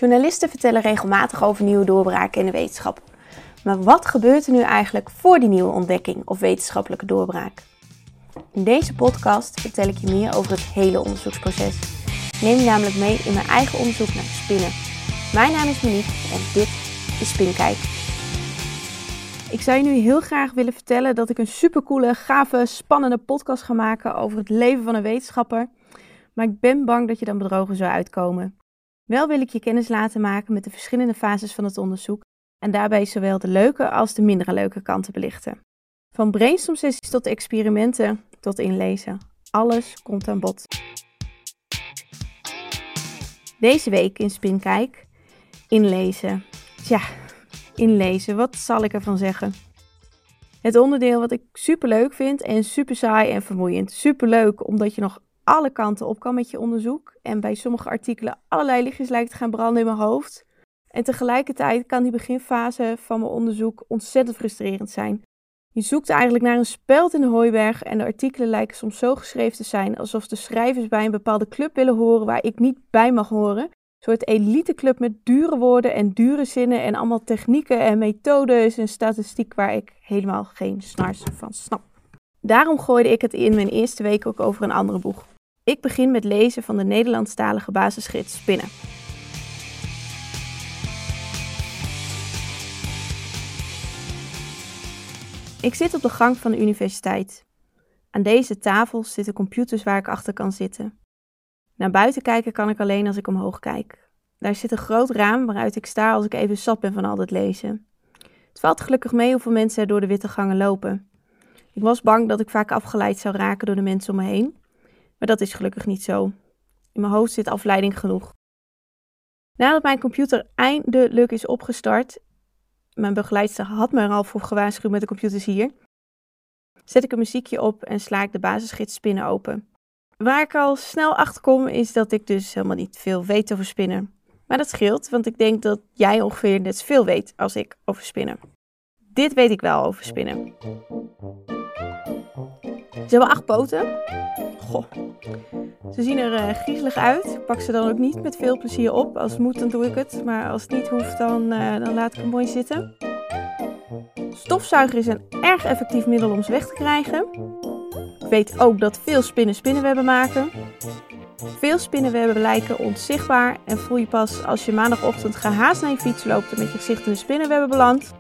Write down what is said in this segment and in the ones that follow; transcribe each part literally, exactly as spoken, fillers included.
Journalisten vertellen regelmatig over nieuwe doorbraken in de wetenschap. Maar wat gebeurt er nu eigenlijk voor die nieuwe ontdekking of wetenschappelijke doorbraak? In deze podcast vertel ik je meer over het hele onderzoeksproces. Ik neem je namelijk mee in mijn eigen onderzoek naar spinnen. Mijn naam is Monique en dit is Spinkijk. Ik zou je nu heel graag willen vertellen dat ik een supercoole, gave, spannende podcast ga maken over het leven van een wetenschapper. Maar ik ben bang dat je dan bedrogen zou uitkomen. Wel wil ik je kennis laten maken met de verschillende fases van het onderzoek en daarbij zowel de leuke als de minder leuke kanten belichten. Van brainstorm sessies tot experimenten tot inlezen. Alles komt aan bod. Deze week in Spinkijk, inlezen. Tja, inlezen, wat zal ik ervan zeggen? Het onderdeel wat ik super leuk vind en super saai en vermoeiend. Super leuk omdat je nog alle kanten op kan met je onderzoek en bij sommige artikelen allerlei lichtjes lijkt te gaan branden in mijn hoofd. En tegelijkertijd kan die beginfase van mijn onderzoek ontzettend frustrerend zijn. Je zoekt eigenlijk naar een speld in de hooiberg en de artikelen lijken soms zo geschreven te zijn alsof de schrijvers bij een bepaalde club willen horen waar ik niet bij mag horen. Een soort eliteclub met dure woorden en dure zinnen en allemaal technieken en methodes en statistiek waar ik helemaal geen snars van snap. Daarom gooide ik het in mijn eerste week ook over een andere boeg. Ik begin met lezen van de Nederlandstalige basisgids Spinnen. Ik zit op de gang van de universiteit. Aan deze tafel zitten computers waar ik achter kan zitten. Naar buiten kijken kan ik alleen als ik omhoog kijk. Daar zit een groot raam waaruit ik sta als ik even zat ben van al dat lezen. Het valt gelukkig mee hoeveel mensen er door de witte gangen lopen. Ik was bang dat ik vaak afgeleid zou raken door de mensen om me heen. Maar dat is gelukkig niet zo. In mijn hoofd zit afleiding genoeg. Nadat mijn computer eindelijk is opgestart, mijn begeleidster had me er al voor gewaarschuwd met de computers hier, zet ik een muziekje op en sla ik de basisgids Spinnen open. Waar ik al snel achter kom is dat ik dus helemaal niet veel weet over spinnen. Maar dat scheelt, want ik denk dat jij ongeveer net zoveel weet als ik over spinnen. Dit weet ik wel over spinnen. Ze hebben acht poten. Goh. Ze zien er uh, griezelig uit. Ik pak ze dan ook niet met veel plezier op. Als het moet, dan doe ik het. Maar als het niet hoeft, dan, uh, dan laat ik hem mooi zitten. Stofzuiger is een erg effectief middel om ze weg te krijgen. Ik weet ook dat veel spinnen spinnenwebben maken. Veel spinnenwebben lijken onzichtbaar en voel je pas als je maandagochtend gehaast naar je fiets loopt en met je gezicht in de spinnenwebben belandt.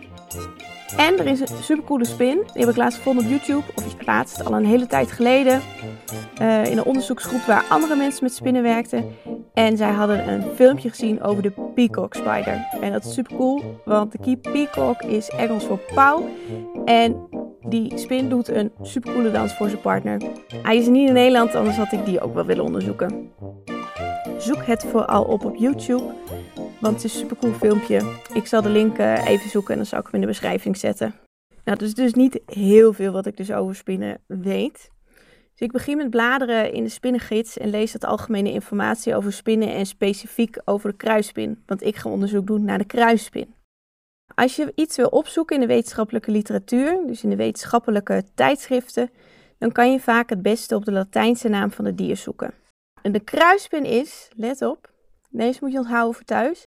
En er is een supercoole spin, die heb ik laatst gevonden op YouTube, of laatst al een hele tijd geleden, uh, in een onderzoeksgroep waar andere mensen met spinnen werkten. En zij hadden een filmpje gezien over de peacock spider. En dat is supercool, want de peacock is Engels voor pauw. En die spin doet een supercoole dans voor zijn partner. Hij is niet in Nederland, anders had ik die ook wel willen onderzoeken. Zoek het vooral op op YouTube. Want het is een supercool filmpje. Ik zal de link uh, even zoeken en dan zal ik hem in de beschrijving zetten. Nou, dat is dus niet heel veel wat ik dus over spinnen weet. Dus ik begin met bladeren in de spinnengids en lees wat algemene informatie over spinnen en specifiek over de kruisspin. Want ik ga onderzoek doen naar de kruisspin. Als je iets wil opzoeken in de wetenschappelijke literatuur, dus in de wetenschappelijke tijdschriften, dan kan je vaak het beste op de Latijnse naam van het dier zoeken. En de kruisspin is, let op, deze moet je onthouden voor thuis,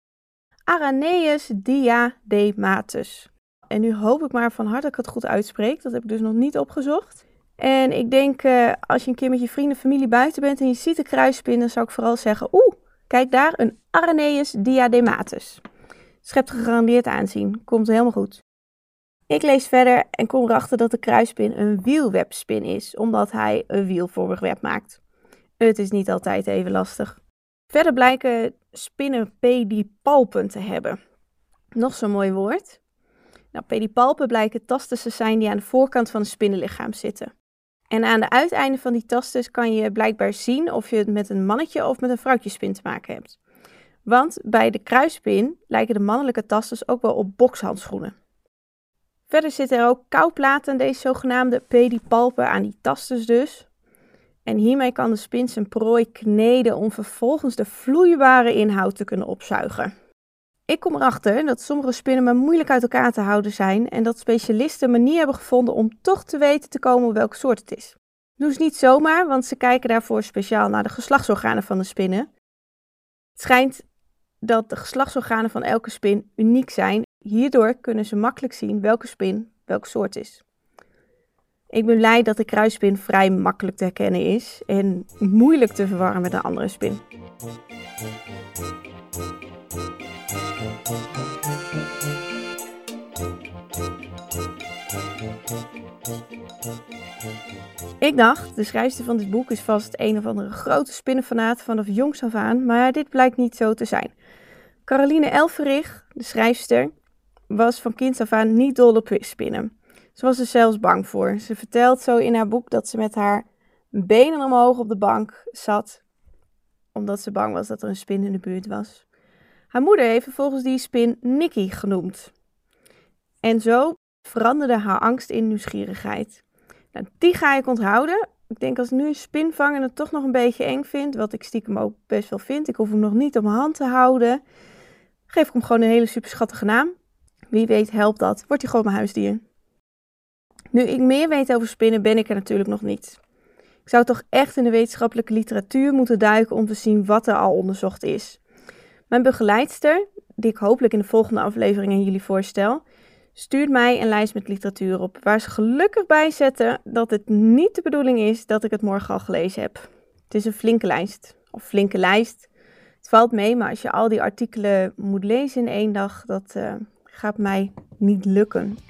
Araneus diadematus. En nu hoop ik maar van harte dat ik het goed uitspreek. Dat heb ik dus nog niet opgezocht. En ik denk, uh, als je een keer met je vrienden en familie buiten bent en je ziet een kruisspin, dan zou ik vooral zeggen, oeh, kijk daar, een Araneus diadematus. Schept gegarandeerd aanzien. Komt helemaal goed. Ik lees verder en kom erachter dat de kruisspin een wielwebspin is, omdat hij een wielvormig web maakt. Het is niet altijd even lastig. Verder blijken spinnen pedipalpen te hebben. Nog zo'n mooi woord. Nou, pedipalpen blijken tastes te zijn die aan de voorkant van een spinnenlichaam zitten. En aan de uiteinden van die tastes kan je blijkbaar zien of je het met een mannetje of met een vrouwtjespin te maken hebt. Want bij de kruisspin lijken de mannelijke tastes ook wel op bokshandschoenen. Verder zitten er ook kauwplaten aan deze zogenaamde pedipalpen, aan die tastes dus. En hiermee kan de spin zijn prooi kneden om vervolgens de vloeibare inhoud te kunnen opzuigen. Ik kom erachter dat sommige spinnen maar moeilijk uit elkaar te houden zijn en dat specialisten een manier hebben gevonden om toch te weten te komen welke soort het is. Doe ze niet zomaar, want ze kijken daarvoor speciaal naar de geslachtsorganen van de spinnen. Het schijnt dat de geslachtsorganen van elke spin uniek zijn. Hierdoor kunnen ze makkelijk zien welke spin welke soort is. Ik ben blij dat de kruisspin vrij makkelijk te herkennen is en moeilijk te verwarren met een andere spin. Ik dacht, de schrijfster van dit boek is vast een of andere grote spinnenfanaat vanaf jongs af aan, maar dit blijkt niet zo te zijn. Caroline Elferich, de schrijfster, was van kinds af aan niet dol op spinnen. Ze was er zelfs bang voor. Ze vertelt zo in haar boek dat ze met haar benen omhoog op de bank zat, omdat ze bang was dat er een spin in de buurt was. Haar moeder heeft vervolgens die spin Nicky genoemd. En zo veranderde haar angst in nieuwsgierigheid. Nou, die ga ik onthouden. Ik denk als ik nu een spin vang en het toch nog een beetje eng vind, wat ik stiekem ook best wel vind. Ik hoef hem nog niet op mijn hand te houden. Geef ik hem gewoon een hele super schattige naam. Wie weet helpt dat. Wordt hij gewoon mijn huisdier. Nu ik meer weet over spinnen ben ik er natuurlijk nog niet. Ik zou toch echt in de wetenschappelijke literatuur moeten duiken om te zien wat er al onderzocht is. Mijn begeleidster, die ik hopelijk in de volgende aflevering aan jullie voorstel, stuurt mij een lijst met literatuur op, waar ze gelukkig bij zetten dat het niet de bedoeling is dat ik het morgen al gelezen heb. Het is een flinke lijst, of flinke lijst. Het valt mee, maar als je al die artikelen moet lezen in één dag, dat uh, gaat mij niet lukken.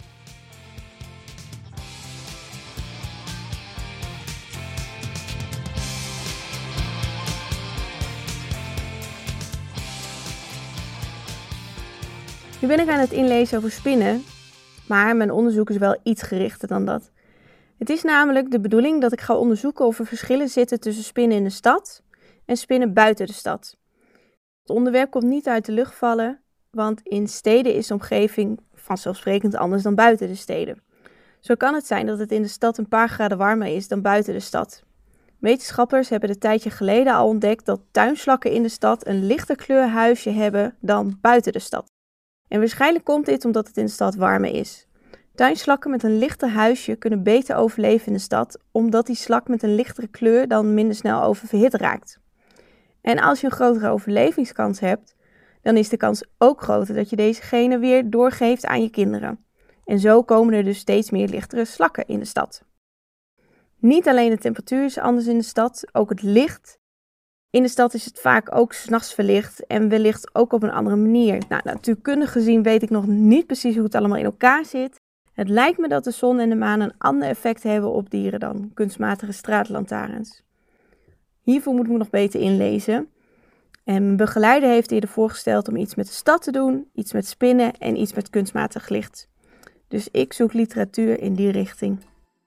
Nu ben ik aan het inlezen over spinnen, maar mijn onderzoek is wel iets gerichter dan dat. Het is namelijk de bedoeling dat ik ga onderzoeken of er verschillen zitten tussen spinnen in de stad en spinnen buiten de stad. Het onderwerp komt niet uit de lucht vallen, want in steden is de omgeving vanzelfsprekend anders dan buiten de steden. Zo kan het zijn dat het in de stad een paar graden warmer is dan buiten de stad. Wetenschappers hebben een tijdje geleden al ontdekt dat tuinslakken in de stad een lichter kleurhuisje hebben dan buiten de stad. En waarschijnlijk komt dit omdat het in de stad warmer is. Tuinslakken met een lichter huisje kunnen beter overleven in de stad, omdat die slak met een lichtere kleur dan minder snel oververhit raakt. En als je een grotere overlevingskans hebt, dan is de kans ook groter dat je deze genen weer doorgeeft aan je kinderen. En zo komen er dus steeds meer lichtere slakken in de stad. Niet alleen de temperatuur is anders in de stad, ook het licht. In de stad is het vaak ook 's nachts verlicht en wellicht ook op een andere manier. Nou, natuurkundig gezien weet ik nog niet precies hoe het allemaal in elkaar zit. Het lijkt me dat de zon en de maan een ander effect hebben op dieren dan kunstmatige straatlantaarns. Hiervoor moet ik me nog beter inlezen. En mijn begeleider heeft eerder voorgesteld om iets met de stad te doen, iets met spinnen en iets met kunstmatig licht. Dus ik zoek literatuur in die richting.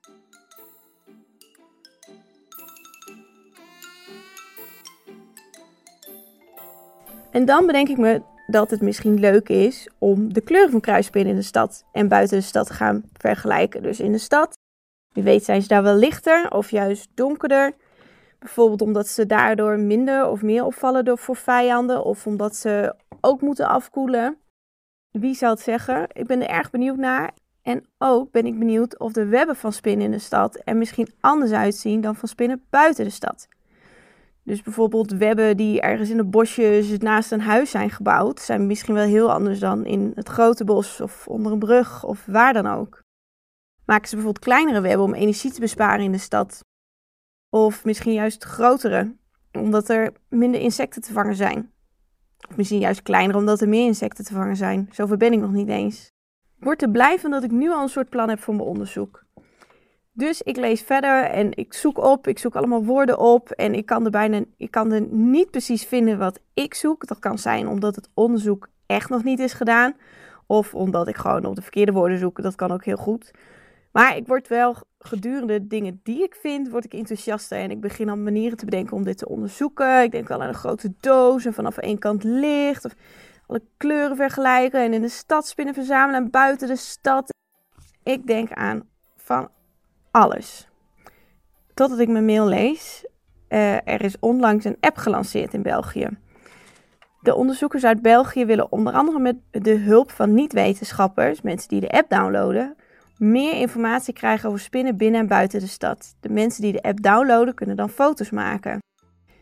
En dan bedenk ik me dat het misschien leuk is om de kleuren van kruisspinnen in de stad en buiten de stad te gaan vergelijken. Dus in de stad, wie weet zijn ze daar wel lichter of juist donkerder. Bijvoorbeeld omdat ze daardoor minder of meer opvallen door voor vijanden of omdat ze ook moeten afkoelen. Wie zou het zeggen? Ik ben er erg benieuwd naar. En ook ben ik benieuwd of de webben van spinnen in de stad er misschien anders uitzien dan van spinnen buiten de stad. Dus bijvoorbeeld webben die ergens in de bosjes naast een huis zijn gebouwd, zijn misschien wel heel anders dan in het grote bos of onder een brug of waar dan ook. Maken ze bijvoorbeeld kleinere webben om energie te besparen in de stad? Of misschien juist grotere, omdat er minder insecten te vangen zijn? Of misschien juist kleinere, omdat er meer insecten te vangen zijn? Zover ben ik nog niet eens. Ik word er blij van dat ik nu al een soort plan heb voor mijn onderzoek. Dus ik lees verder en ik zoek op, ik zoek allemaal woorden op en ik kan er bijna, ik kan er niet precies vinden wat ik zoek. Dat kan zijn omdat het onderzoek echt nog niet is gedaan of omdat ik gewoon op de verkeerde woorden zoek. Dat kan ook heel goed. Maar ik word wel gedurende dingen die ik vind, word ik enthousiaster en ik begin al manieren te bedenken om dit te onderzoeken. Ik denk wel aan een grote doos en vanaf één kant licht of alle kleuren vergelijken en in de stad spinnen verzamelen en buiten de stad. Ik denk aan van alles. Totdat ik mijn mail lees. Uh, er is onlangs een app gelanceerd in België. De onderzoekers uit België willen onder andere met de hulp van niet-wetenschappers, mensen die de app downloaden, meer informatie krijgen over spinnen binnen en buiten de stad. De mensen die de app downloaden kunnen dan foto's maken.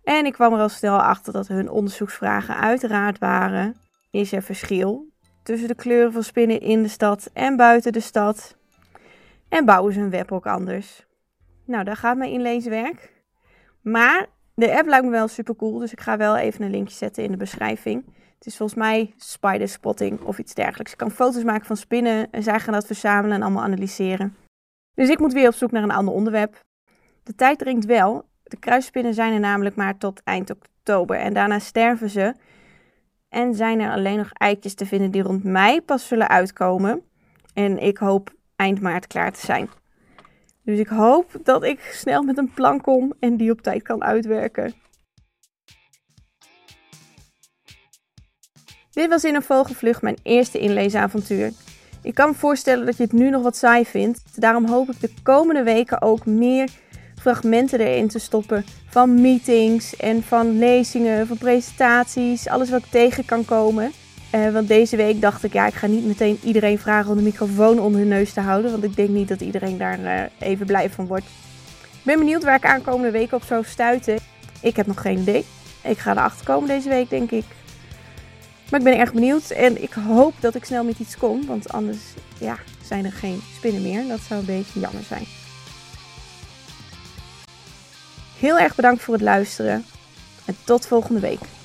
En ik kwam er al snel achter dat hun onderzoeksvragen uiteraard waren: is er verschil tussen de kleuren van spinnen in de stad en buiten de stad? En bouwen ze hun web ook anders? Nou, daar gaat mijn inlezenwerk. Maar de app lijkt me wel super cool, dus ik ga wel even een linkje zetten in de beschrijving. Het is volgens mij spider spotting of iets dergelijks. Je kan foto's maken van spinnen en zij gaan dat verzamelen en allemaal analyseren. Dus ik moet weer op zoek naar een ander onderwerp. De tijd dringt wel. De kruisspinnen zijn er namelijk maar tot eind oktober en daarna sterven ze. En zijn er alleen nog eitjes te vinden die rond mei pas zullen uitkomen. En ik hoop eind maart klaar te zijn. Dus ik hoop dat ik snel met een plan kom en die op tijd kan uitwerken. Dit was in een vogelvlucht mijn eerste inleesavontuur. Ik kan me voorstellen dat je het nu nog wat saai vindt. Daarom hoop ik de komende weken ook meer fragmenten erin te stoppen. Van meetings en van lezingen, van presentaties. Alles wat ik tegen kan komen. Uh, want deze week dacht ik, ja, ik ga niet meteen iedereen vragen om de microfoon onder hun neus te houden. Want ik denk niet dat iedereen daar uh, even blij van wordt. Ik ben benieuwd waar ik aankomende weken op zou stuiten. Ik heb nog geen idee. Ik ga erachter komen deze week, denk ik. Maar ik ben erg benieuwd en ik hoop dat ik snel met iets kom. Want anders ja, zijn er geen spinnen meer. Dat zou een beetje jammer zijn. Heel erg bedankt voor het luisteren. En tot volgende week.